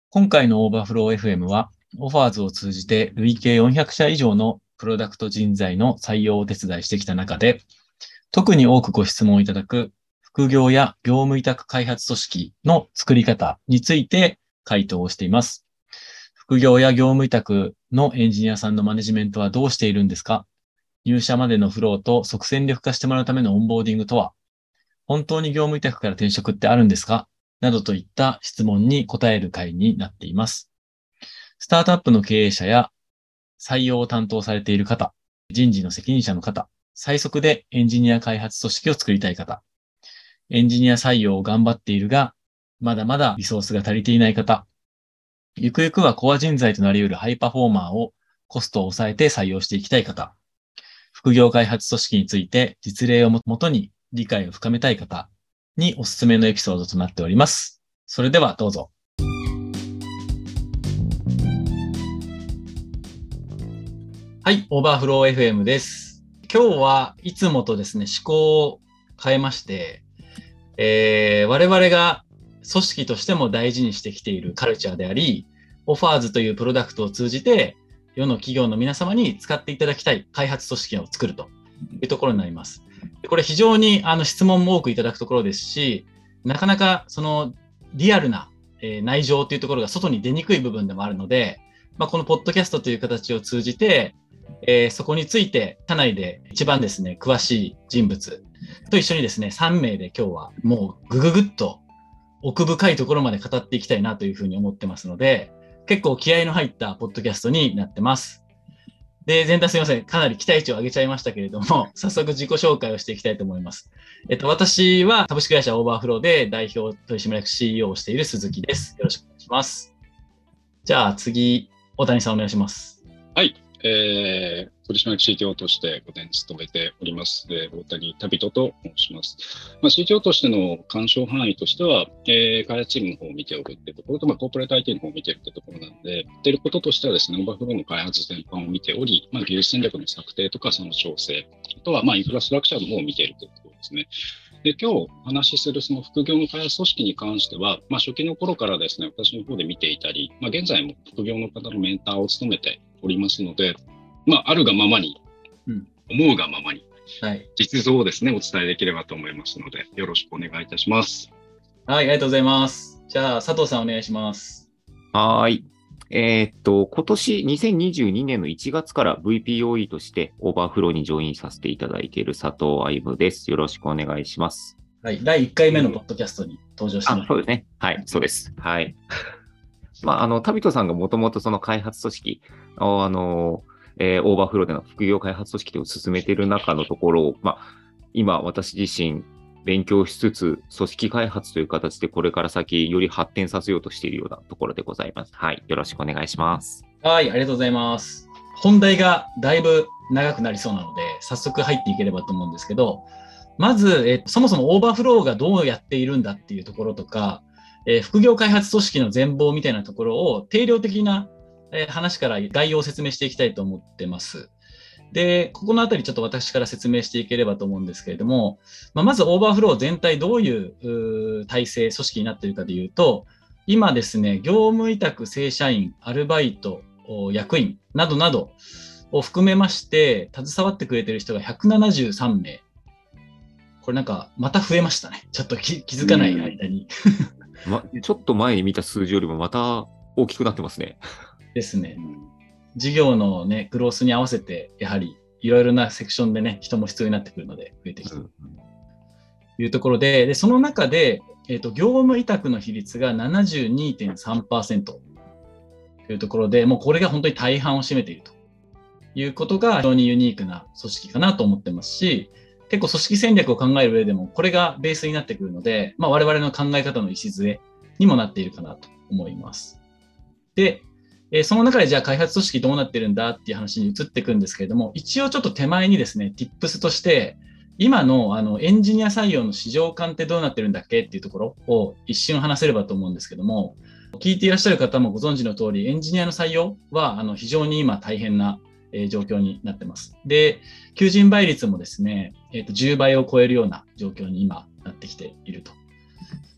今回のオーバーフロー FM は、オファーズを通じて累計400社以上のプロダクト人材の採用をお手伝いしてきた中で、特に多くご質問いただく副業や業務委託開発組織の作り方について回答をしています。副業や業務委託のエンジニアさんのマネジメントはどうしているんですか？入社までのフローと即戦力化してもらうためのオンボーディングとは？本当に業務委託から転職ってあるんですか？などといった質問に答える会になっています。スタートアップの経営者や採用を担当されている方、人事の責任者の方、最速でエンジニア開発組織を作りたい方、エンジニア採用を頑張っているが、まだまだリソースが足りていない方、ゆくゆくはコア人材となり得るハイパフォーマーをコストを抑えて採用していきたい方、副業開発組織について実例をもとに理解を深めたい方におすすめのエピソードとなっております。それではどうぞ。はい、オーバーフロー FM です。今日はいつもとですね、思考を変えまして、我々が組織としても大事にしてきているカルチャーであり、オファーズというプロダクトを通じて、世の企業の皆様に使っていただきたい開発組織を作るというところになります。これ非常に質問も多くいただくところですし、なかなかそのリアルな内情というところが外に出にくい部分でもあるので、このポッドキャストという形を通じて、そこについて社内で一番ですね、詳しい人物と一緒にですね、3名で今日はもうぐぐっと奥深いところまで語っていきたいなというふうに思ってますので、結構気合いの入ったポッドキャストになってます。で、全体すいません。かなり期待値を上げちゃいましたけれども、早速自己紹介をしていきたいと思います。私は株式会社オーバーフローで代表取締役 CEO をしている鈴木です。よろしくお願いします。じゃあ次、大谷さんお願いします。 はい。取締役 CTO として5年務めております、大谷旅人と申します。CTO としての干渉範囲としては、開発チームの方を見ておるっていうところと、コーポレート IT の方を見ているっていうところなので、やっていることとしてはですね、オーバーフローの開発全般を見ており、技術戦略の策定とかその調整、あとはインフラストラクチャーの方を見ているというところですね。で、今日お話しするその副業の開発組織に関しては、初期の頃からですね、私の方で見ていたり、現在も副業の方のメンターを務めておりますので、あるがままに、思うがままに、実像をですね、お伝えできればと思いますので、よろしくお願いいたします。 はい、ありがとうございます。じゃあ、佐藤さんお願いします。 はい。今年2022年の1月から VPOE としてオーバーフローにジョインさせていただいている佐藤歩夢です。よろしくお願いします。 はい、第1回目のポッドキャストに登場してます。 そうですね。はい、そうです。はい。旅人さんがもともとその開発組織を、オーバーフローでの副業開発組織を進めている中のところを、今私自身勉強しつつ、組織開発という形でこれから先より発展させようとしているようなところでございます。はい。よろしくお願いします。 はい、ありがとうございます。本題がだいぶ長くなりそうなので、早速入っていければと思うんですけど、まず、そもそもオーバーフローがどうやっているんだっていうところとか、副業開発組織の全貌みたいなところを定量的な話から概要を説明していきたいと思ってます。で、ここのあたりちょっと私から説明していければと思うんですけれども、まずオーバーフロー全体どういう体制、組織になっているかというと、今ですね、業務委託、正社員、アルバイト、役員などなどを含めまして、携わってくれている人が173名。これなんかまた増えましたね。ちょっと気づかない間に。 ちょっと前に見た数字よりもまた大きくなってますね。 ですね。事業のね、グロースに合わせて、やはりいろいろなセクションでね、人も必要になってくるので、増えてきているというところで、その中で、業務委託の比率が 72.3% というところで、もうこれが本当に大半を占めているということが非常にユニークな組織かなと思ってますし、結構組織戦略を考える上でも、これがベースになってくるので、我々の考え方の礎にもなっているかなと思います。で、その中でじゃあ開発組織どうなってるんだっていう話に移っていくんですけれども、一応ちょっと手前にですね、Tips として、今のエンジニア採用の市場感ってどうなってるんだっけっていうところを一瞬話せればと思うんですけども、聞いていらっしゃる方もご存知の通り、エンジニアの採用は非常に今大変な状況になってます。で、求人倍率もですね、10倍を超えるような状況に今なってきていると。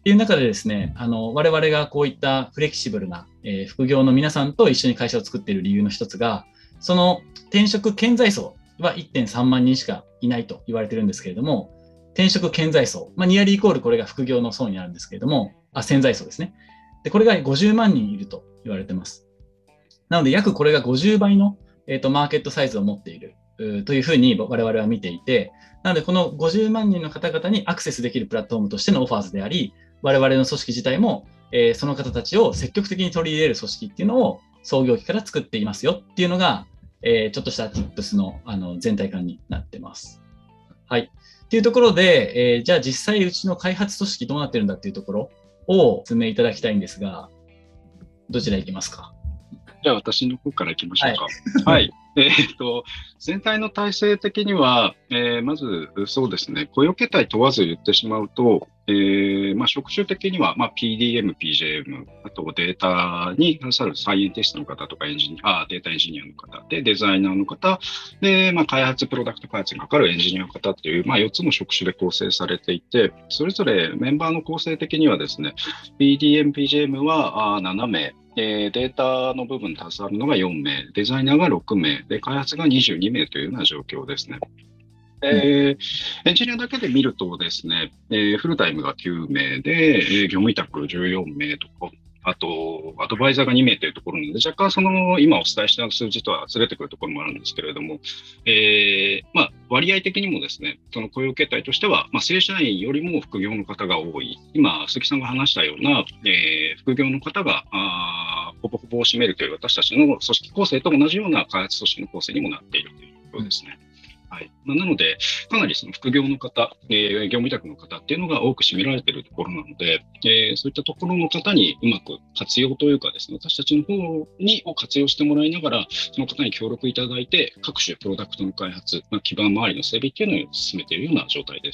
っていう中でですね、我々がこういったフレキシブルな、副業の皆さんと一緒に会社を作っている理由の一つが、その転職顕在層は 1.3 万人しかいないと言われているんですけれども、転職顕在層、ニアリーイコールこれが副業の層になるんですけれども、潜在層ですね。で、これが50万人いると言われています。なので、約これが50倍の、マーケットサイズを持っているというふうに我々は見ていて、なので、この50万人の方々にアクセスできるプラットフォームとしてのオファーズであり、我々の組織自体も、その方たちを積極的に取り入れる組織っていうのを創業期から作っていますよっていうのが、ちょっとした Tips の、全体感になってます。はい。っていうところで、じゃあ実際うちの開発組織どうなってるんだっていうところを説明いただきたいんですが、どちら行きますか？ じゃあ私の方から行きましょうか。はい。全体の体制的には、まずそうですね、雇用形態問わず言ってしまうと、職種的には、PDM、PJM、あとデータに関するサイエンティストの方とかデータエンジニアの方で、デザイナーの方で、開発、プロダクト開発にかかるエンジニアの方っていう、4つの職種で構成されていて、それぞれメンバーの構成的にはですね、PDM、PJM は7名、データの部分に携わるのが4名、デザイナーが6名、で開発が22名というような状況ですね。エンジニアだけで見るとですね、フルタイムが9名で、業務委託14名とか、あと、アドバイザーが2名というところなので、若干今お伝えした数字とはずれてくるところもあるんですけれども、割合的にもですね、その雇用形態としては、正社員よりも副業の方が多い。今、鈴木さんが話したような、副業の方が、ほぼほぼを占めるという私たちの組織構成と同じような開発組織の構成にもなっているというところですね。はい。なので、かなりその副業の方、業務委託の方っていうのが多く占められているところなので、そういったところの方にうまく活用というかですね、私たちの方を活用してもらいながら、その方に協力いただいて、各種プロダクトの開発、基盤周りの整備っていうのを進めているような状態です。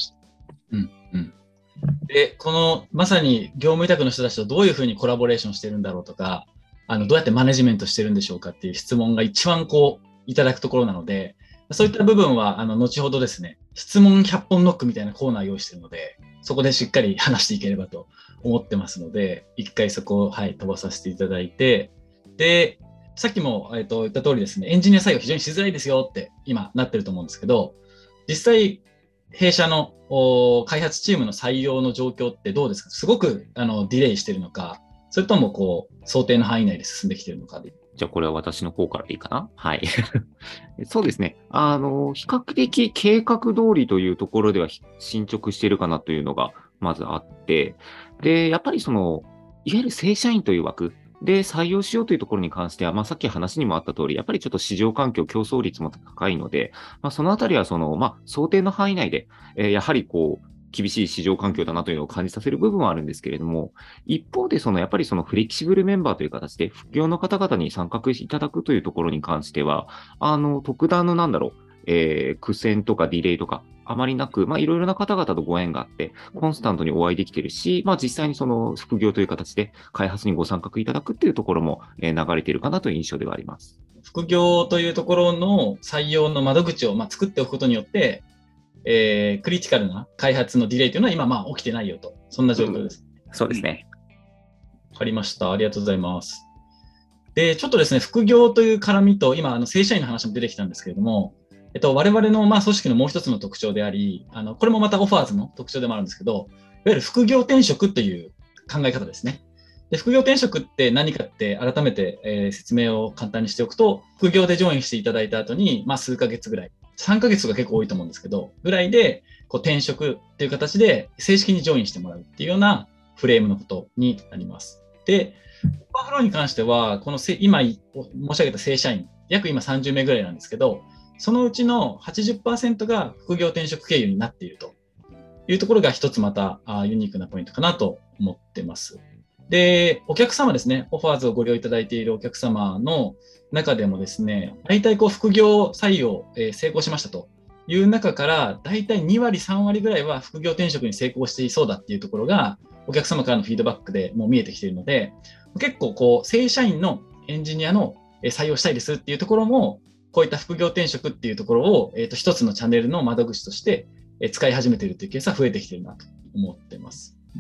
で、このまさに業務委託の人たちとどういうふうにコラボレーションしてるんだろうとか、どうやってマネジメントしてるんでしょうかっていう質問が一番いただくところなので、そういった部分は、後ほどですね、質問100本ノックみたいなコーナーを用意しているので、そこでしっかり話していければと思ってますので、一回そこを、飛ばさせていただいて、で、さっきも、言った通りですね、エンジニア採用非常にしづらいですよって今なってると思うんですけど、実際、弊社の開発チームの採用の状況ってどうですか？すごくディレイしてるのか、それとも想定の範囲内で進んできているのかで。 じゃあこれは私の方からいいかな？はい。そうですね。比較的計画通りというところでは進捗しているかなというのがまずあって、で、やっぱりいわゆる正社員という枠で採用しようというところに関しては、さっき話にもあった通り、やっぱりちょっと市場環境、競争率も高いので、そのあたりは想定の範囲内で、やはり厳しい市場環境だなというのを感じさせる部分はあるんですけれども、一方でやっぱりフレキシブルメンバーという形で、副業の方々に参画いただくというところに関しては、特段の苦戦とかディレイとか、あまりなく、いろいろな方々とご縁があって、コンスタントにお会いできているし、実際に副業という形で開発にご参画いただくっていうところも、流れているかなという印象ではあります。 副業というところの採用の窓口を作っておくことによって、クリティカルな開発のディレイというのは今起きてないよと、そんな状況です。 そうですね。 わかりました。ありがとうございます。で、ちょっとですね、副業という絡みと、今、正社員の話も出てきたんですけれども、我々の組織のもう一つの特徴であり、これもまたオファーズの特徴でもあるんですけど、いわゆる副業転職という考え方ですね。で、副業転職って何かって改めて、説明を簡単にしておくと、副業でジョインしていただいた後に、数ヶ月ぐらい、3ヶ月が結構多いと思うんですけど、ぐらいで転職っていう形で正式にジョインしてもらうっていうようなフレームのことになります。で、オーバーフローに関しては、今申し上げた正社員、約今30名ぐらいなんですけど、そのうちの 80% が副業転職経由になっているというところが一つまたユニークなポイントかなと思ってます。で、お客様ですね、オファーズをご利用いただいているお客様の中でもですね、大体副業採用、成功しましたという中から、大体2割、3割ぐらいは副業転職に成功していそうだっていうところが、お客様からのフィードバックでもう見えてきているので、結構正社員のエンジニアの採用したいですっていうところも、こういった副業転職っていうところを、一つのチャンネルの窓口として使い始めているというケースは増えてきているなと思っています。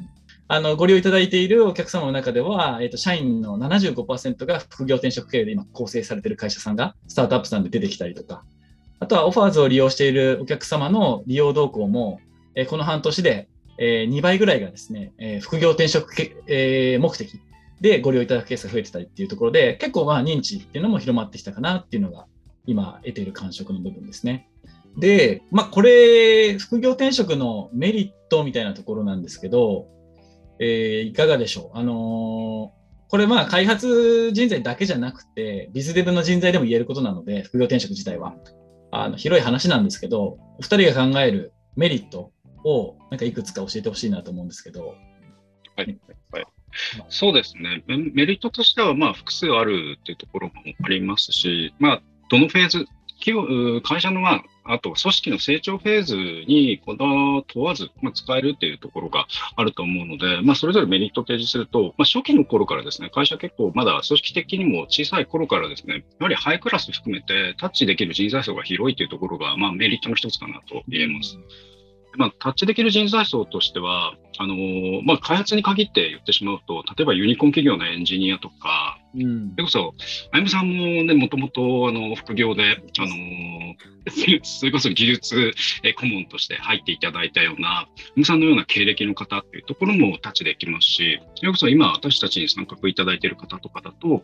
ご利用いただいているお客様の中では、社員の75%が副業転職経由で今構成されている会社さんがスタートアップさんで出てきたりとか、あとはオファーズを利用しているお客様の利用動向も、この半年で、2倍ぐらいがですね、副業転職、目的でご利用いただくケースが増えてたりっていうところで、結構認知っていうのも広まってきたかなっていうのが今得ている感触の部分ですね。で、これ、副業転職のメリットみたいなところなんですけど、いかがでしょう。これ開発人材だけじゃなくて、ビズデブの人材でも言えることなので、副業転職自体は。広い話なんですけど、お二人が考えるメリットをいくつか教えてほしいなと思うんですけど。 はい。そうですね。メリットとしては、複数あるというところもありますし、どのフェーズ、会社の、あと組織の成長フェーズにこだわ問わず、使えるっていうところがあると思うので、それぞれメリットを提示すると、初期の頃からですね、会社結構まだ組織的にも小さい頃からですね、やはりハイクラス含めてタッチできる人材層が広いというところが、メリットの一つかなと言えます。タッチできる人材層としては、開発に限って言ってしまうと、例えばユニコーン企業のエンジニアとか、それこそ、あゆむさんもね、もともと副業で、それこそ技術顧問として入っていただいたような、あゆむさんのような経歴の方っていうところもタッチできますし、それこそ今、私たちに参画いただいている方とかだと、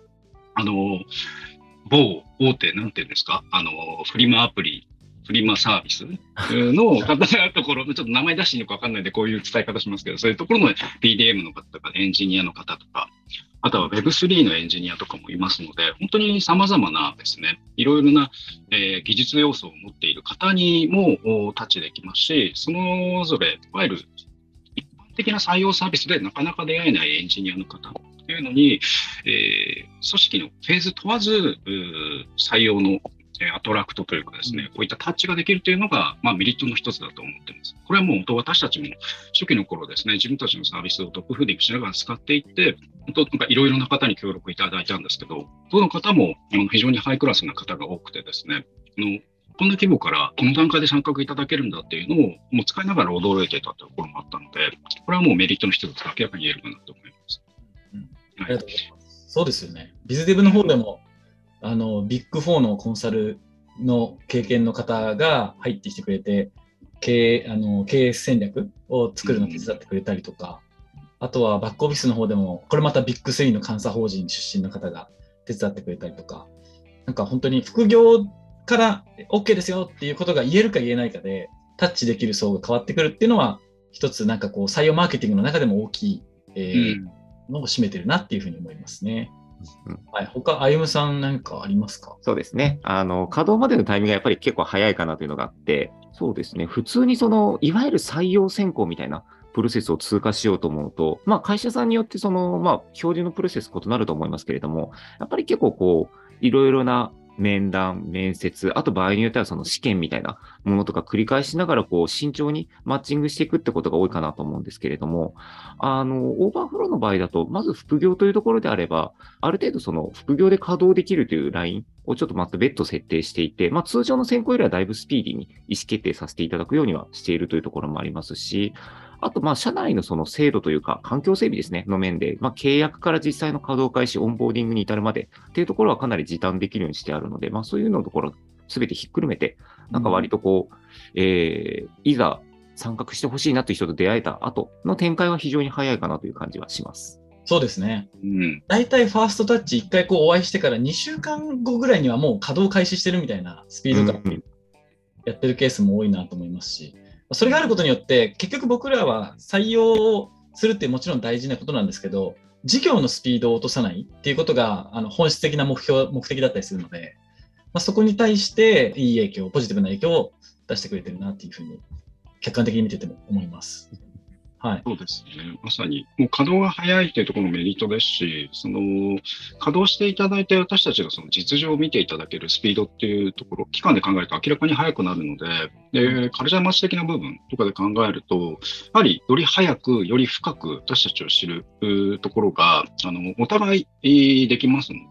某大手、なんていうんですか、フリマアプリ、フリマサービスの方のところ、ちょっと名前出していいのか分かんないんで、こういう伝え方しますけど、そういうところの PDM の方とか、エンジニアの方とか、あとは Web3 のエンジニアとかもいますので、本当に様々なですね、いろいろな、技術要素を持っている方にもタッチできますし、そのぞれ、いわゆる一般的な採用サービスでなかなか出会えないエンジニアの方というのに、組織のフェーズ問わず、採用のアトラクトというかですね、こういったタッチができるというのが、メリットの一つだと思っています。これはもう私たちも初期の頃ですね、自分たちのサービスをトップフーディングしながら使っていって、いろいろな方に協力いただいたんですけど、どの方も非常にハイクラスな方が多くてですね、こんな規模からこの段階で参画いただけるんだっていうのをもう使いながら驚いていたというところもあったので、これはもうメリットの一つと明らかに言えるかなと思います。 ありがとうございます。そうですよね。ビズデブの方でも、ビッグ4のコンサルの経験の方が入ってきてくれて、経営戦略を作るのを手伝ってくれたりとか、あとはバックオフィスの方でも、これまたビッグ3の監査法人出身の方が手伝ってくれたりとか、本当に副業から OK ですよっていうことが言えるか言えないかで、タッチできる層が変わってくるっていうのは、一つ採用マーケティングの中でも大きい、のを占めてるなっていうふうに思いますね。はい、他、あゆむさん何かありますか？ そうですね。稼働までのタイミングがやっぱり結構早いかなというのがあって、そうですね。普通にいわゆる採用選考みたいなプロセスを通過しようと思うと、会社さんによって標準のプロセス異なると思いますけれども、やっぱり結構いろいろな面談、面接、あと場合によっては試験みたいなものとか繰り返しながら慎重にマッチングしていくってことが多いかなと思うんですけれども、オーバーフローの場合だと、まず副業というところであれば、ある程度副業で稼働できるというラインをちょっとまた別途設定していて、通常の選考よりはだいぶスピーディーに意思決定させていただくようにはしているというところもありますし、あと、社内の制度というか、環境整備ですね、の面で、契約から実際の稼働開始、オンボーディングに至るまでっていうところはかなり時短できるようにしてあるので、そういうのところ、すべてひっくるめて、割といざ参画してほしいなという人と出会えた後の展開は非常に早いかなという感じはします。 そうですね。大体ファーストタッチ1回お会いしてから2週間後ぐらいにはもう稼働開始してるみたいなスピード感やってるケースも多いなと思いますし、それがあることによって、結局僕らは採用をするってもちろん大事なことなんですけど、事業のスピードを落とさないっていうことが本質的な目的だったりするので、そこに対していい影響、ポジティブな影響を出してくれてるなっていうふうに、客観的に見てても思います。はい、 そうですね。まさに、もう稼働が早いというところのメリットですし、稼働していただいて私たちが実情を見ていただけるスピードっていうところ、期間で考えると明らかに早くなるので、カルチャーマッチ的な部分とかで考えると、やはりより早く、より深く私たちを知るところが、お互いできますので、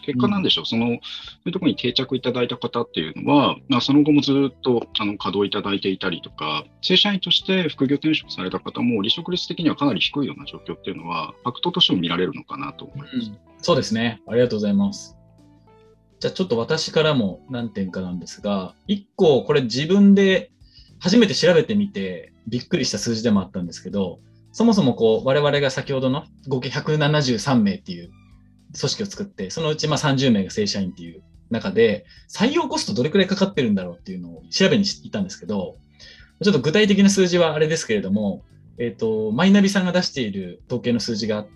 結果なんでしょう、そういうところに定着いただいた方っていうのは、その後もずっと稼働いただいていたりとか、正社員として副業転職された方も離職率的にはかなり低いような状況っていうのは、ファクトとしても見られるのかなと思います。 そうですね。ありがとうございます。じゃあちょっと私からも何点かなんですが、1個これ自分で初めて調べてみてびっくりした数字でもあったんですけど、そもそも我々が先ほどの合計173名っていう組織を作って、そのうち30名が正社員っていう中で、採用コストどれくらいかかってるんだろうっていうのを調べに行ったんですけど、ちょっと具体的な数字はあれですけれども、マイナビさんが出している統計の数字があって、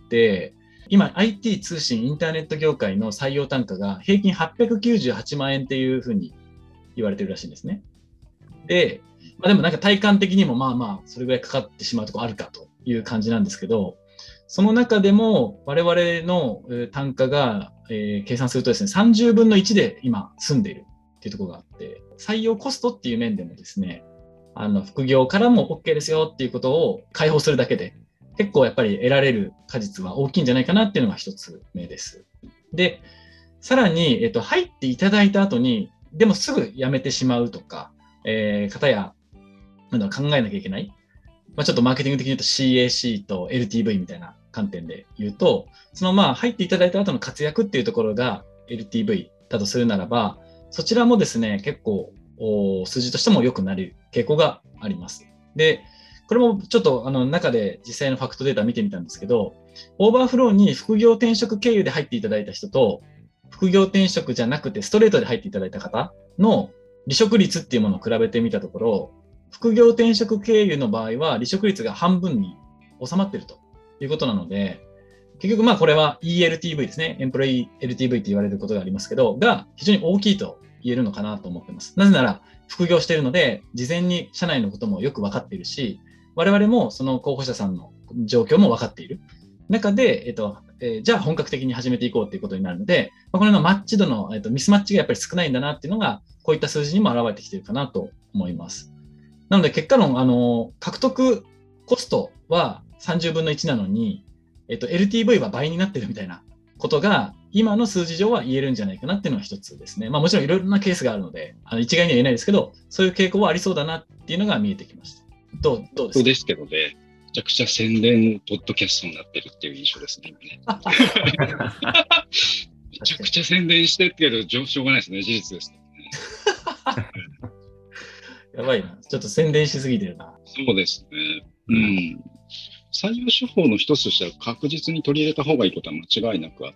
今 IT 通信インターネット業界の採用単価が平均898万円っていうふうに言われてるらしいんですね。で、でもなんか体感的にもそれぐらいかかってしまうところあるかという感じなんですけど、その中でも我々の単価が、計算するとですね、30分の1で今住んでいるっていうところがあって、採用コストっていう面でもですね、副業からも OK ですよっていうことを開放するだけで、結構やっぱり得られる果実は大きいんじゃないかなっていうのが一つ目です。で、さらに、入っていただいた後に、でもすぐ辞めてしまうとか、方や、考えなきゃいけない。ちょっとマーケティング的に言うと CAC と LTV みたいな観点で言うと、その入っていただいた後の活躍っていうところが LTV だとするならば、そちらもですね、結構数字としても良くなる傾向があります。で、これもちょっと中で実際のファクトデータ見てみたんですけど、オーバーフローに副業転職経由で入っていただいた人と、副業転職じゃなくてストレートで入っていただいた方の離職率っていうものを比べてみたところ、副業転職経由の場合は離職率が半分に収まっているということなので、結局これは ELTV ですね。エンプロイ LTV って言われることがありますけど、が非常に大きいと言えるのかなと思っています。なぜなら副業しているので、事前に社内のこともよく分かっているし、我々もその候補者さんの状況も分かっている中で、じゃあ本格的に始めていこうということになるので、これのマッチ度の、ミスマッチがやっぱり少ないんだなっていうのが、こういった数字にも表れてきているかなと思います。なので結果論、獲得コストは30分の1なのに、LTV は倍になってるみたいなことが、今の数字上は言えるんじゃないかなっていうのが一つですね。もちろんいろいろなケースがあるので、一概には言えないですけど、そういう傾向はありそうだなっていうのが見えてきました。どうですか？ そうですけどね、めちゃくちゃ宣伝ポッドキャストになってるっていう印象ですね、今ね。めちゃくちゃ宣伝してるけど、しょうがないですね、事実ですね。 やばいな。ちょっと宣伝しすぎてるな。 そうですね。採用手法の一つとしては確実に取り入れた方がいいことは間違いなくあって、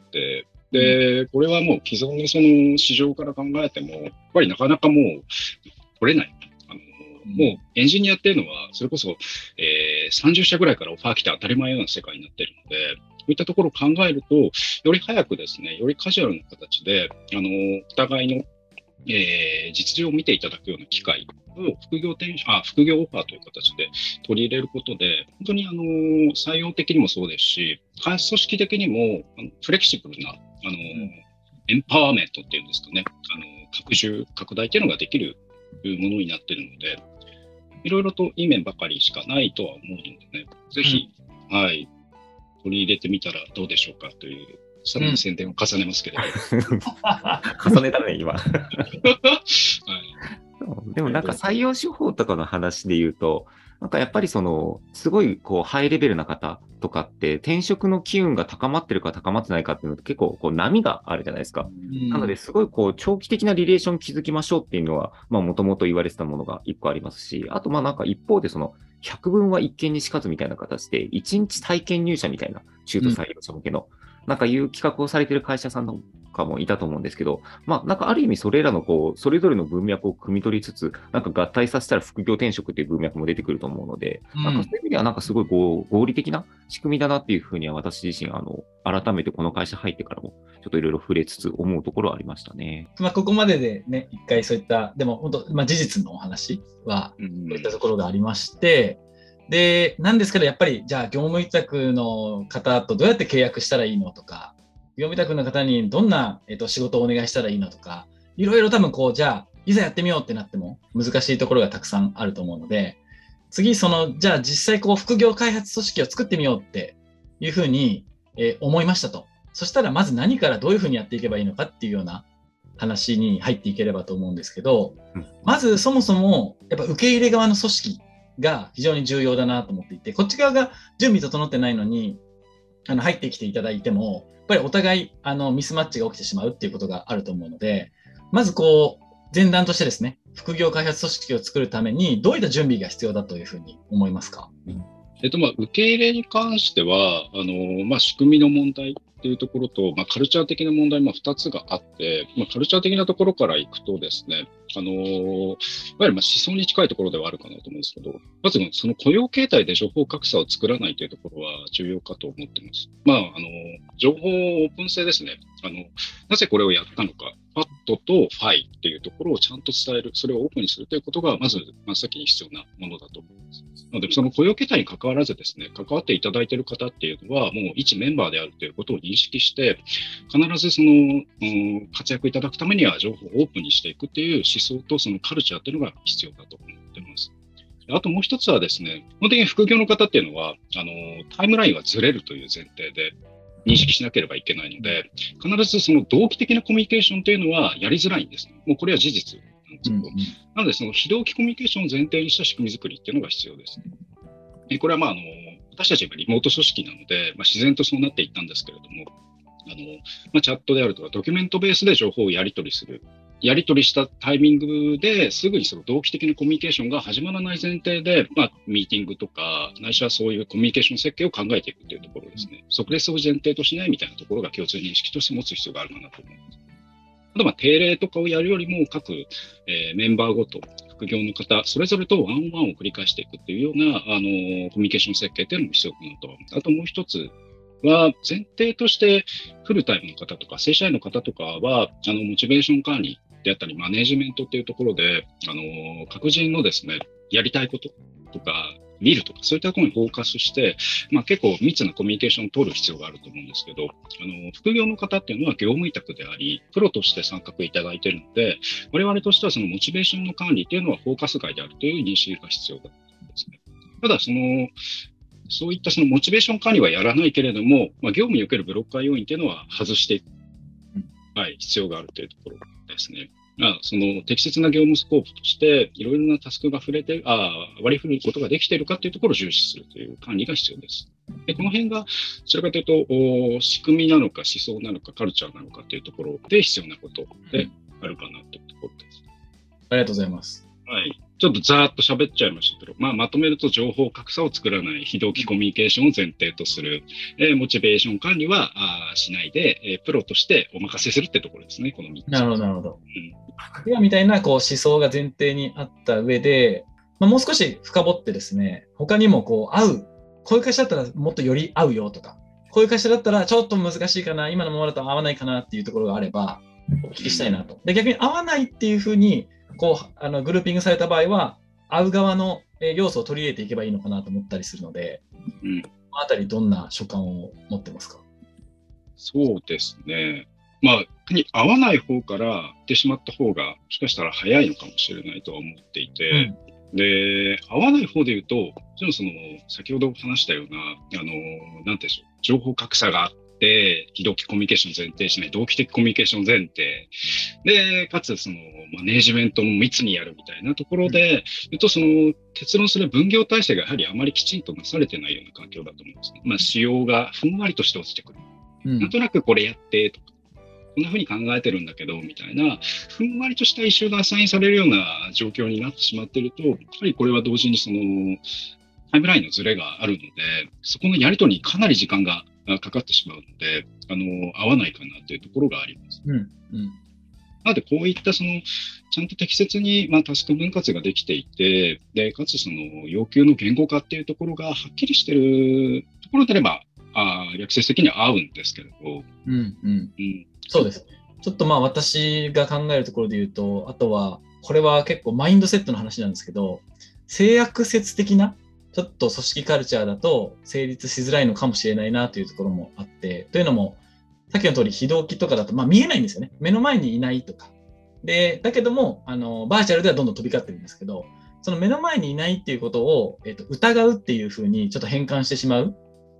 で、これはもう既存のその市場から考えても、やっぱりなかなかもう取れない。もうエンジニアっていうのは、それこそ、30社ぐらいからオファー来て当たり前のような世界になっているので、こういったところを考えると、より早くですね、よりカジュアルな形で、お互いの、実情を見ていただくような機会を副業オファーという形で取り入れることで、本当に採用的にもそうですし、開発組織的にもフレキシブルなエンパワーメントっていうんですかね、拡大っていうのができるものになっているので、いろいろといい面ばかりしかないとは思うのでね、ぜひ、はい、取り入れてみたらどうでしょうかという、さらに宣伝を重ねますけれど。 重ねたね、今。 はい、 でもなんか採用手法とかの話で言うと、なんかやっぱりすごいハイレベルな方とかって転職の機運が高まってるか高まってないかっていうのって結構波があるじゃないですか。なのですごい長期的なリレーション築きましょうっていうのは、もともと言われてたものが一個ありますし、あとなんか一方で百聞は一見にしかずみたいな形で、一日体験入社みたいな中途採用者向けの、なんかいう企画をされてる会社さんとかもいたと思うんですけど、なんかある意味それらのそれぞれの文脈を汲み取りつつ、なんか合体させたら副業転職っていう文脈も出てくると思うので、なんかそういう意味ではなんかすごい合理的な仕組みだなっていうふうには私自身、改めてこの会社入ってからも、ちょっといろいろ触れつつ思うところはありましたね。 ここまででね、一回そういった、でも本当、事実のお話は、そういったところがありまして、で、なんですけど、やっぱり、じゃあ、業務委託の方とどうやって契約したらいいのとか、業務委託の方にどんな、仕事をお願いしたらいいのとか、いろいろ多分じゃあ、いざやってみようってなっても難しいところがたくさんあると思うので、次、じゃあ実際副業開発組織を作ってみようっていうふうに、思いましたと。 そしたらまず何からどういうふうにやっていけばいいのかっていうような話に入っていければと思うんですけど、まずそもそもやっぱ受け入れ側の組織が非常に重要だなと思っていて、こっち側が準備整ってないのに入ってきていただいても、やっぱりお互いミスマッチが起きてしまうっていうことがあると思うので、まずこう前段としてですね、副業開発組織を作るためにどういった準備が必要だというふうに思いますか？ 受け入れに関しては、仕組みの問題っていうところと、カルチャー的な問題も2つがあって、カルチャー的なところからいくとですね、いわゆる思想に近いところではあるかなと思うんですけど、まずその雇用形態で情報格差を作らないというところは重要かと思っています。情報オープン性ですね。なぜこれをやったのか、ファットとファイっていうところをちゃんと伝える、それをオープンにするということが、まず真っ先に必要なものだと思います。なので、その雇用形態に関わらずですね、関わっていただいている方っていうのは、もう一メンバーであるということを認識して、必ずその、活躍いただくためには情報をオープンにしていくっていう思想とそのカルチャーっていうのが必要だと思っています。あともう一つはですね、基本的に副業の方っていうのは、タイムラインはずれるという前提で認識しなければいけないので、必ずその同期的なコミュニケーションというのはやりづらいんですね。もうこれは事実なんですけど、なのでその非同期コミュニケーションを前提にした仕組み作りっていうのが必要です。これは私たちはリモート組織なので、自然とそうなっていったんですけれども、チャットであるとかドキュメントベースで情報をやり取りする。やり取りしたタイミングですぐにその同期的なコミュニケーションが始まらない前提で、ミーティングとか、ないしはそういうコミュニケーション設計を考えていくというところですね。即レスを前提としないみたいなところが共通認識として持つ必要があるかなと思います。あと定例とかをやるよりも各、メンバーごと、副業の方、それぞれとワンワンを繰り返していくっていうようなコミュニケーション設計っていうのも必要かなと思います。あともう一つは、前提としてフルタイムの方とか正社員の方とかは、モチベーション管理であったり、マネジメントっていうところで、各人のですね、やりたいこととか、見るとか、そういったところにフォーカスして、結構密なコミュニケーションを取る必要があると思うんですけど、副業の方っていうのは業務委託であり、プロとして参画いただいているので、我々としてはそのモチベーションの管理っていうのはフォーカス外であるという認識が必要だと思うんですね。ただ、そういったそのモチベーション管理はやらないけれども、業務におけるブロッカー要因っていうのは外していく、必要があるというところですね。その適切な業務スコープとして、いろいろなタスクが割り振ることができているかというところを重視するという管理が必要です。でこの辺が、どちらかというと、仕組みなのか、思想なのか、カルチャーなのかというところで必要なことであるかなというところです。 ありがとうございます。 はい。ちょっとざーっと喋っちゃいましたけど、まとめると情報格差を作らない、非同期コミュニケーションを前提とする、モチベーション管理はしないで、プロとしてお任せするってところですね、この3つ。 なるほど、なるほど。今みたいな思想が前提にあった上で、もう少し深掘ってですね、他にもこういう会社だったらもっとより合うよとか、こういう会社だったらちょっと難しいかな、今のままだと合わないかなっていうところがあれば、お聞きしたいなと。で、逆に合わないっていうふうに、グルーピングされた場合は、合う側の要素を取り入れていけばいいのかなと思ったりするので、このあたりどんな所感を持ってますか？ そうですね。合わない方から行ってしまった方が、もしかしたら早いのかもしれないとは思っていて、で、合わない方で言うと、もちろん先ほど話したような、なんていうんでしょう、情報格差があって、非同期コミュニケーション前提しない、同期的コミュニケーション前提。で、かつ、マネージメントも密にやるみたいなところで、言うと、結論する分業体制がやはりあまりきちんとなされてないような環境だと思うんですね。仕様がふんわりとして落ちてくる。なんとなくこれやって、とか。こんな風に考えてるんだけど、みたいな、ふんわりとしたイシューがアサインされるような状況になってしまっていると、やっぱりこれは同時にタイムラインのズレがあるので、そこのやり取りにかなり時間がかかってしまうので、合わないかなというところがあります。なので、こういったちゃんと適切にタスク分割ができていて、で、かつ要求の言語化っていうところがはっきりしているところであれば、逆説的には合うんですけれど、 そうです。ちょっと私が考えるところで言うと、あとは、これは結構マインドセットの話なんですけど、性悪説的な、ちょっと組織カルチャーだと成立しづらいのかもしれないなというところもあって、というのも、さっきの通り非同期とかだと、見えないんですよね。目の前にいないとか。で、だけども、バーチャルではどんどん飛び交ってるんですけど、その目の前にいないっていうことを、疑うっていうふうにちょっと変換してしまう。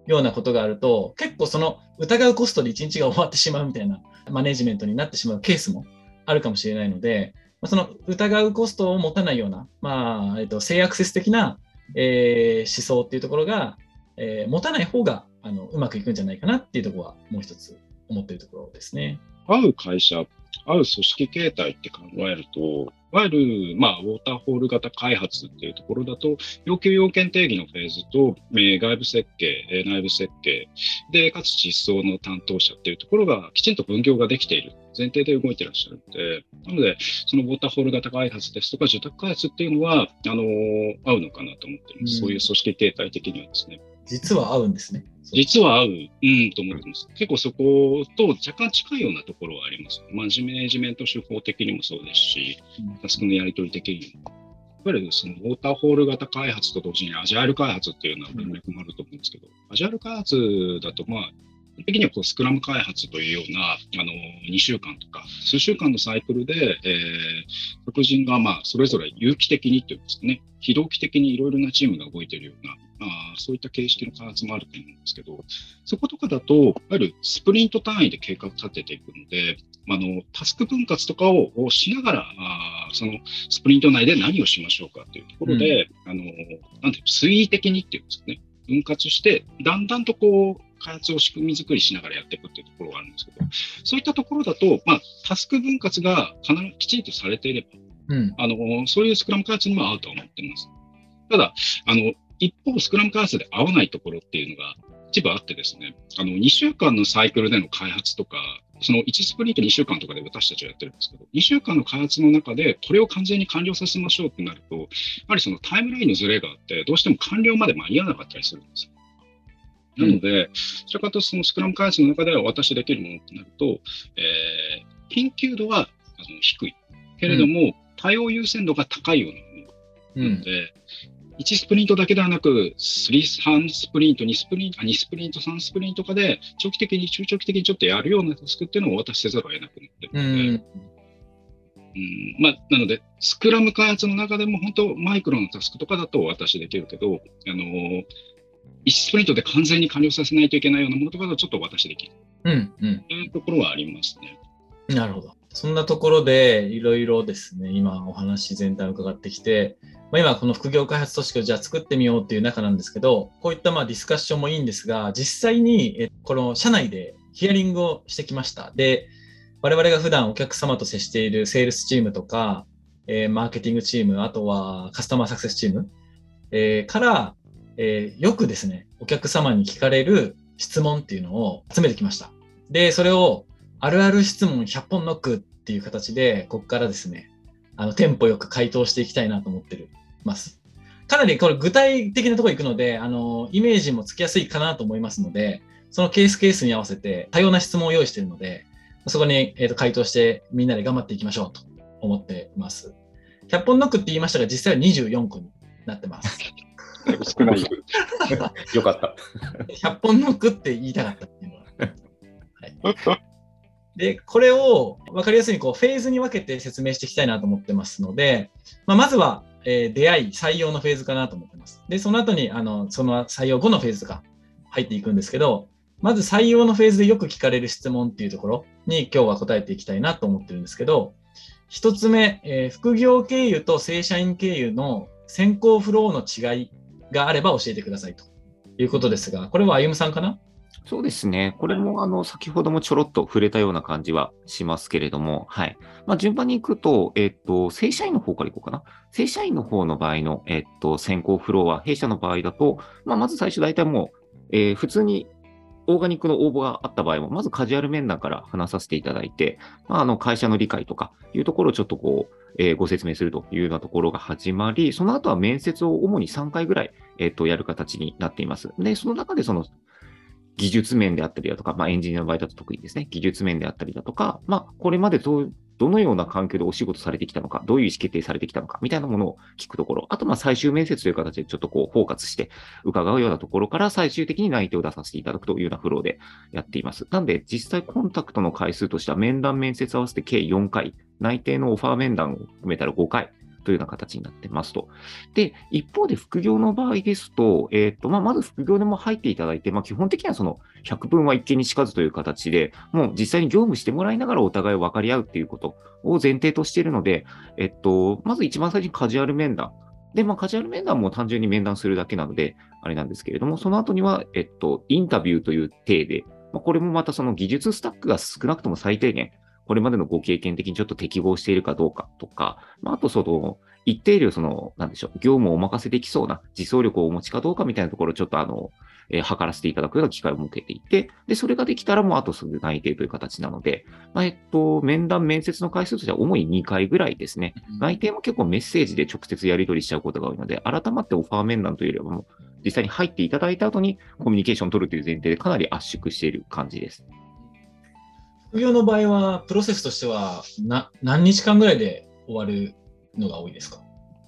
ようなことがあると、結構その疑うコストで1日が終わってしまうみたいなマネジメントになってしまうケースもあるかもしれないので、その疑うコストを持たないような、性アクセス的な、思想っていうところが、持たない方がうまくいくんじゃないかなっていうところはもう一つ思っているところですね。 会う会社、会う組織形態って考えると、いわゆる、ウォーターホール型開発っていうところだと、要求要件定義のフェーズと、外部設計、内部設計で、かつ実装の担当者っていうところがきちんと分業ができている前提で動いていらっしゃるので、なので、そのウォーターホール型開発ですとか、住宅開発っていうのは、合うのかなと思っています。そういう組織形態的にはですね。 実は合うんですね。 実は合う、と思ってます。結構そこと若干近いようなところはあります。マネジメント手法的にもそうですし、タスクのやり取り的にも。やっぱりそのウォーターホール型開発と同時にアジャイル開発っていうような文脈もあると思うんですけど、アジャイル開発だと基本的にはスクラム開発というような2週間とか数週間のサイクルで、各人がそれぞれ有機的にというんですかね、非同期的にいろいろなチームが動いているような、そういった形式の開発もあると思うんですけど、そことかだと、いわゆるスプリント単位で計画を立てていくので、タスク分割とかをしながら、そのスプリント内で何をしましょうかというところで、なんていう推移的にっていうんですかね、分割して、だんだんと開発を仕組み作りしながらやっていくっていうところがあるんですけど、そういったところだと、タスク分割がきちんとされていれば、そういうスクラム開発にも合うとは思っています。ただ、一方、スクラム開発で合わないところっていうのが一部あってですね、2週間のサイクルでの開発とか、その1スプリント2週間とかで私たちはやってるんですけど、2週間の開発の中でこれを完全に完了させましょうってなると、やはりそのタイムラインのズレがあって、どうしても完了まで間に合わなかったりするんですよ。なので、どちらかというとそのスクラム開発の中ではお渡しできるものとなると、緊急度は低いけれども、対応優先度が高いようなものなので、1スプリントだけではなく、3スプリント、2スプリント、3スプリントとかで、中長期的にちょっとやるようなタスクっていうのをお渡しせざるを得なくなっているので、なので、スクラム開発の中でも本当、マイクロのタスクとかだとお渡しできるけど、1スプリントで完全に完了させないといけないようなものとかだとちょっとお渡しできる。というところはありますね。 なるほど。そんなところでいろいろですね、今お話全体を伺ってきて、今この副業開発組織をじゃあ作ってみようっていう中なんですけど、こういったディスカッションもいいんですが、実際にこの社内でヒアリングをしてきました。で、我々が普段お客様と接しているセールスチームとか、マーケティングチーム、あとはカスタマーサクセスチーム、から、よくですね、お客様に聞かれる質問っていうのを集めてきました。で、それをあるある質問100本ノックっていう形で、ここからですね、テンポよく回答していきたいなと思ってます。かなりこれ具体的なところ行くので、イメージもつきやすいかなと思いますので、そのケースに合わせて多様な質問を用意しているので、そこに、回答してみんなで頑張っていきましょうと思っています。100本ノックって言いましたが、実際は24個になってます。 少ない。 よかった。 100本ノックって言いたかったっていうのは。はい、で、これを分かりやすいフェーズに分けて説明していきたいなと思ってますので、まずは、出会い、採用のフェーズかなと思ってます。で、その後にその採用後のフェーズが入っていくんですけど、まず採用のフェーズでよく聞かれる質問っていうところに今日は答えていきたいなと思ってるんですけど、一つ目、副業経由と正社員経由の選考フローの違いがあれば教えてくださいということですが、これは歩夢さんかな？ そうですね。これも先ほどもちょろっと触れたような感じはしますけれども、はい。順番に行くと、正社員の方からいこうかな。正社員の方の場合の、選考フローは、弊社の場合だと、まず最初大体もう、普通にオーガニックの応募があった場合も、まずカジュアル面談から話させていただいて、会社の理解とかいうところをちょっとご説明するというようなところが始まり、その後は面接を主に3回ぐらい、やる形になっています。で、その中で技術面であったりだとか、エンジニアの場合だと特にですね、技術面であったりだとか、これまでどのような環境でお仕事されてきたのか、どういう意思決定されてきたのか、みたいなものを聞くところ、あと最終面接という形でちょっとフォーカスして伺うようなところから最終的に内定を出させていただくというようなフローでやっています。なので、実際コンタクトの回数としては面談、面接合わせて計4回、内定のオファー面談を含めたら5回というような形になってますと。で、一方で副業の場合ですと、まず副業でも入っていただいて、基本的にはその百聞は一見にしかずという形で、もう実際に業務してもらいながらお互い分かり合うっていうことを前提としているので、まず一番最初にカジュアル面談。で、カジュアル面談も単純に面談するだけなので、あれなんですけれども、その後には、インタビューという体で、これもまたその技術スタックが少なくとも最低限、これまでのご経験的にちょっと適合しているかどうかとか、あとその、一定量なんでしょう、業務をお任せできそうな実装力をお持ちかどうかみたいなところをちょっと測らせていただくような機会を設けていて、で、それができたらもうあとすぐ内定という形なので、面談、面接の回数としては主に2回ぐらいですね。内定も結構メッセージで直接やり取りしちゃうことが多いので、改まってオファー面談というよりはもう実際に入っていただいた後にコミュニケーションを取るという前提でかなり圧縮している感じです。 副業の場合は、プロセスとしては何日間ぐらいで終わるのが多いですか？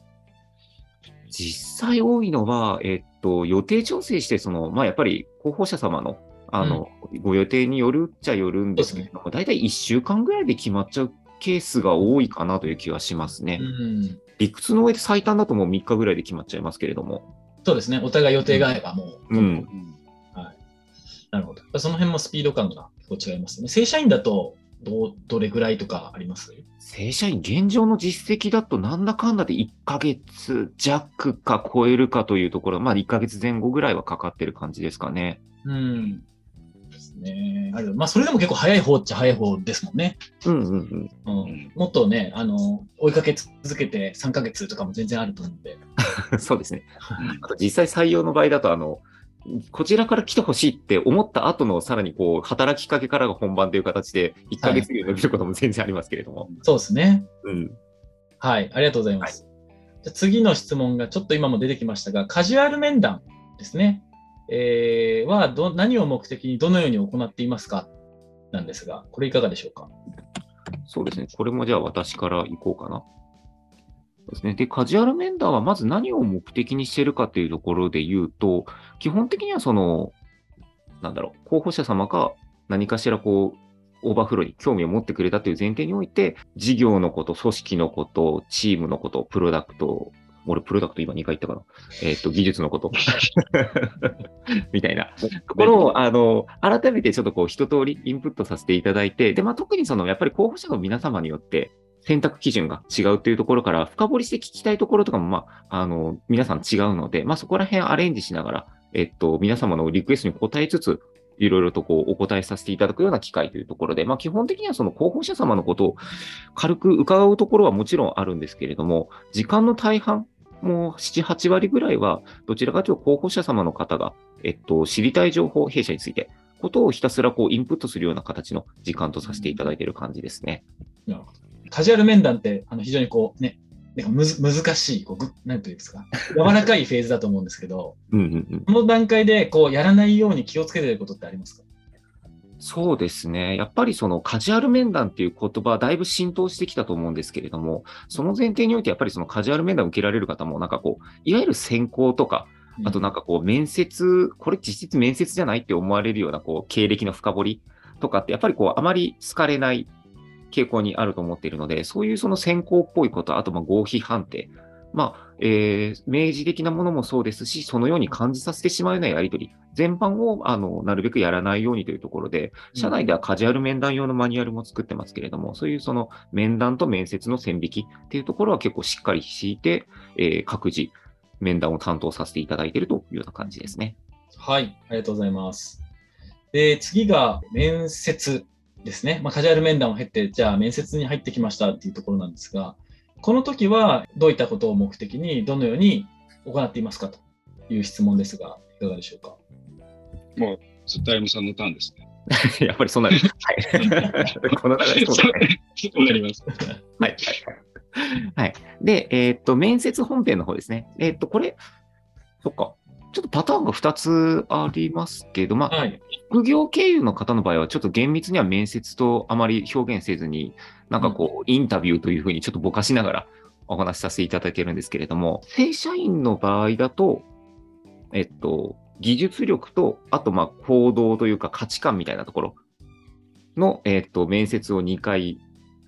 実際多いのは、予定調整して、やっぱり候補者様の、ご予定によるっちゃよるんですけれども、大体1週間ぐらいで決まっちゃうケースが多いかなという気はしますね。理屈の上で最短だともう3日ぐらいで決まっちゃいますけれども。 そうですね。お互い予定があればもう。はい。なるほど。その辺もスピード感が結構違いますね。正社員だとどれぐらいとかあります？ 正社員、現状の実績だとなんだかんだで1ヶ月弱か超えるかというところ、1ヶ月前後ぐらいはかかってる感じですかね。 ですね。それでも結構早い方っちゃ早い方ですもんね。もっとね、追いかけ続けて3ヶ月とかも全然あると思うんで。 そうですね。あと実際採用の場合だと、こちらから来てほしいって思った後のさらに働きかけからが本番という形で1ヶ月ぐらい伸びることも全然ありますけれども。 そうですね。はい、ありがとうございます。じゃ次の質問がちょっと今も出てきましたが、カジュアル面談ですね。何を目的にどのように行っていますかなんですが、これいかがでしょうか？ そうですね。これもじゃあ私からいこうかな。ですね。で、カジュアル面談はまず何を目的にしているかというところで言うと、基本的には候補者様が何かしらオーバーフローに興味を持ってくれたという前提において、事業のこと、組織のこと、チームのこと、プロダクト今2回言ったかな。技術のことみたいなところを、改めてちょっと一通りインプットさせていただいて、で、特にやっぱり候補者の皆様によって、選択基準が違うというところから、深掘りして聞きたいところとかも、皆さん違うので、そこら辺アレンジしながら、皆様のリクエストに応えつつ、いろいろとお答えさせていただくような機会というところで、基本的にはその候補者様のことを軽く伺うところはもちろんあるんですけれども、時間の大半、もう7、8割ぐらいは、どちらかというと候補者様の方が、知りたい情報、弊社について、ことをひたすらインプットするような形の時間とさせていただいている感じですね。 なるほど。カジュアル面談って非常に難しい、なんていうんですか、柔らかいフェーズだと思うんですけど、この段階でやらないように気をつけていることってありますか？ そうですね。やっぱりカジュアル面談っていう言葉はだいぶ浸透してきたと思うんですけれども、その前提においてやっぱりカジュアル面談を受けられる方もいわゆる選考とか、あと面接、これ実質面接じゃないって思われるような経歴の深掘りとかってやっぱりあまり好かれない傾向にあると思っているので、そういう選考っぽいこと、あと合否判定、明示的なものもそうですし、そのように感じさせてしまうようなやり取り、全般をなるべくやらないようにというところで、社内ではカジュアル面談用のマニュアルも作ってますけれども、そういう面談と面接の線引きっていうところは結構しっかり敷いて、各自面談を担当させていただいているというような感じですね。 はい、ありがとうございます。で、次が面接ですね。カジュアル面談を経て、じゃあ面接に入ってきましたっていうところなんですが、この時はどういったことを目的にどのように行っていますかという質問ですが、いかがでしょうか？ もうずっとあゆむさんのターンですね。 やっぱりそうなる。はい。この流れそうだね。 そうなります。 はい。はい。で、面接本編の方ですね。これ、そっか。ちょっとパターンが2つありますけど、副業経由の方の場合は、ちょっと厳密には面接とあまり表現せずに、インタビューというふうにちょっとぼかしながらお話しさせていただいてるんですけれども、正社員の場合だと、技術力と、あと行動というか価値観みたいなところの、面接を2回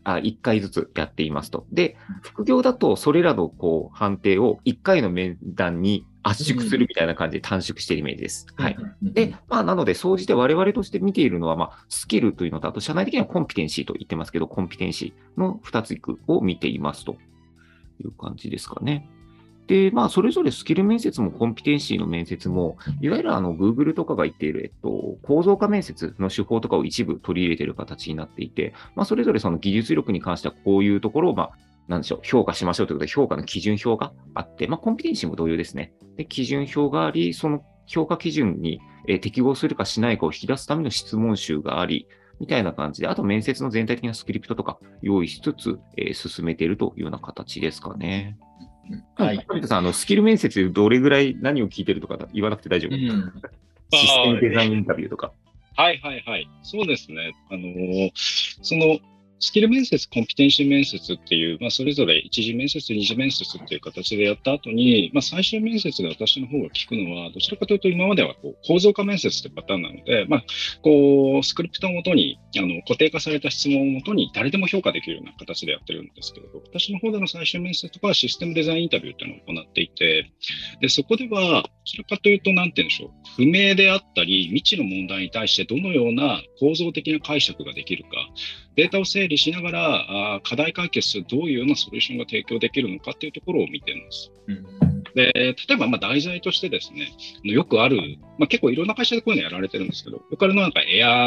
1回ずつやっていますと。で、副業だとそれらのこう判定を1回の面談に圧縮するみたいな感じで短縮しているイメージです。はい。で、なので、総じて我々として見ているのは、スキルというのと、あと社内的にはコンピテンシーと言ってますけど、コンピテンシーの2つを見ていますという感じですかね。で、それぞれスキル面接もコンピテンシーの面接も、いわゆるGoogle とかが言っている、構造化面接の手法とかを一部取り入れている形になっていて、それぞれその技術力に関してはこういうところを、なんでしょう、評価しましょうということで、評価の基準表があって、コンピテンシーも同様ですね。で、基準表があり、その評価基準に適合するかしないかを引き出すための質問集があり、みたいな感じで、あと面接の全体的なスクリプトとか用意しつつ、進めているというような形ですかね。はい。富田さん、スキル面接でどれぐらい何を聞いてるとか言わなくて大丈夫、システムデザインインタビューとか。 はいはいはい。そうですね。そのスキル面接、コンピテンシー面接っていう、それぞれ一次面接、二次面接っていう形でやった後に、最終面接で私の方が聞くのは、どちらかというと今までは構造化面接ってパターンなので、スクリプトをもとに、固定化された質問をもとに誰でも評価できるような形でやってるんですけれど、私の方での最終面接とかはシステムデザインインタビューっていうのを行っていて、で、そこでは、どちらかというと、なんて言うんでしょう、不明であったり、未知の問題に対してどのような構造的な解釈ができるか、データを整理しながら課題解決するどういうようなソリューションが提供できるのかっていうところを見ています。で、例えば題材としてですね、よくある、結構いろんな会社でこういうのやられてるんですけど、よくあるのは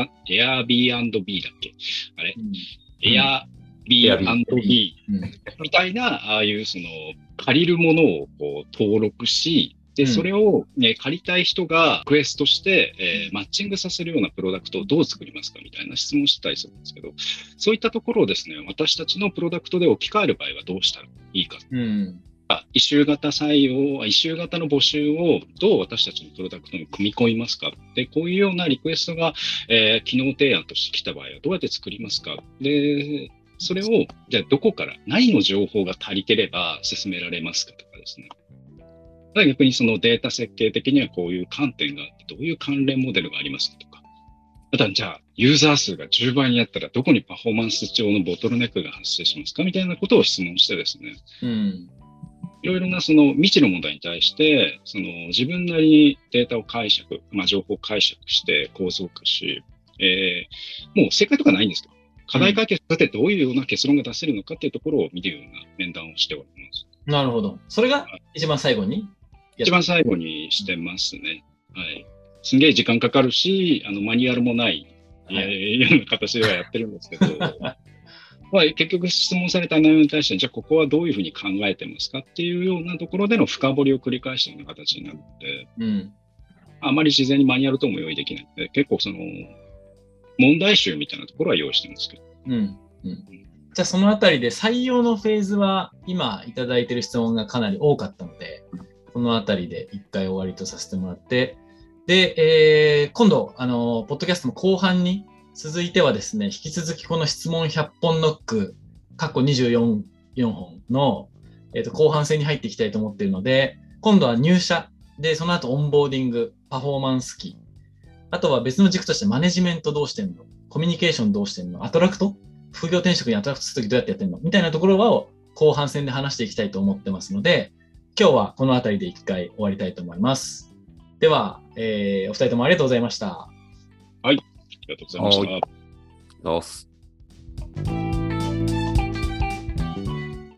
Airbnb だっけあれ、Airbnb みたいな、ああいう借りるものを登録し、で、それを、借りたい人がクエストして、マッチングさせるようなプロダクトをどう作りますかみたいな質問をしたりするんですけど、そういったところをですね、私たちのプロダクトで置き換える場合はどうしたらいいか。イシュー型採用、イシュー型の募集をどう私たちのプロダクトに組み込みますか。で、こういうようなリクエストが、機能提案として来た場合はどうやって作りますか。で、それを、じゃあどこから何の情報が足りてれば進められますかとかですね。逆にそのデータ設計的にはこういう観点があって、どういう関連モデルがありますかとか。また、じゃあ、ユーザー数が10倍になったら、どこにパフォーマンス上のボトルネックが発生しますかみたいなことを質問してですね。いろいろなその未知の問題に対して、自分なりにデータを解釈、情報を解釈して構造化し、もう正解とかないんですけど、課題解決だってどういうような結論が出せるのかっていうところを見るような面談をしております。 なるほど。それが一番最後に一番最後にしてますね。はい。すんげえ時間かかるし、マニュアルもない、ような形ではやってるんですけど、結局質問された内容に対して、じゃあここはどういうふうに考えてますかっていうようなところでの深掘りを繰り返したような形になるので、あまり自然にマニュアルとも用意できないので、結構問題集みたいなところは用意してますけど。 じゃあそのあたりで採用のフェーズは今いただいている質問がかなり多かったので、このあたりで一回終わりとさせてもらって、で、今度、ポッドキャストの後半に続いてはですね、引き続きこの質問100本ノック、過去24本の、後半戦に入っていきたいと思っているので、今度は入社で、その後オンボーディング、パフォーマンス期、あとは別の軸としてマネジメントどうしてんの、コミュニケーションどうしてんの、アトラクト、副業転職にアトラクトするときどうやってやってんのみたいなところを後半戦で話していきたいと思ってますので、今日はこのあたりで一回終わりたいと思います。では、お二人ともありがとうございました。 はい、ありがとうございました。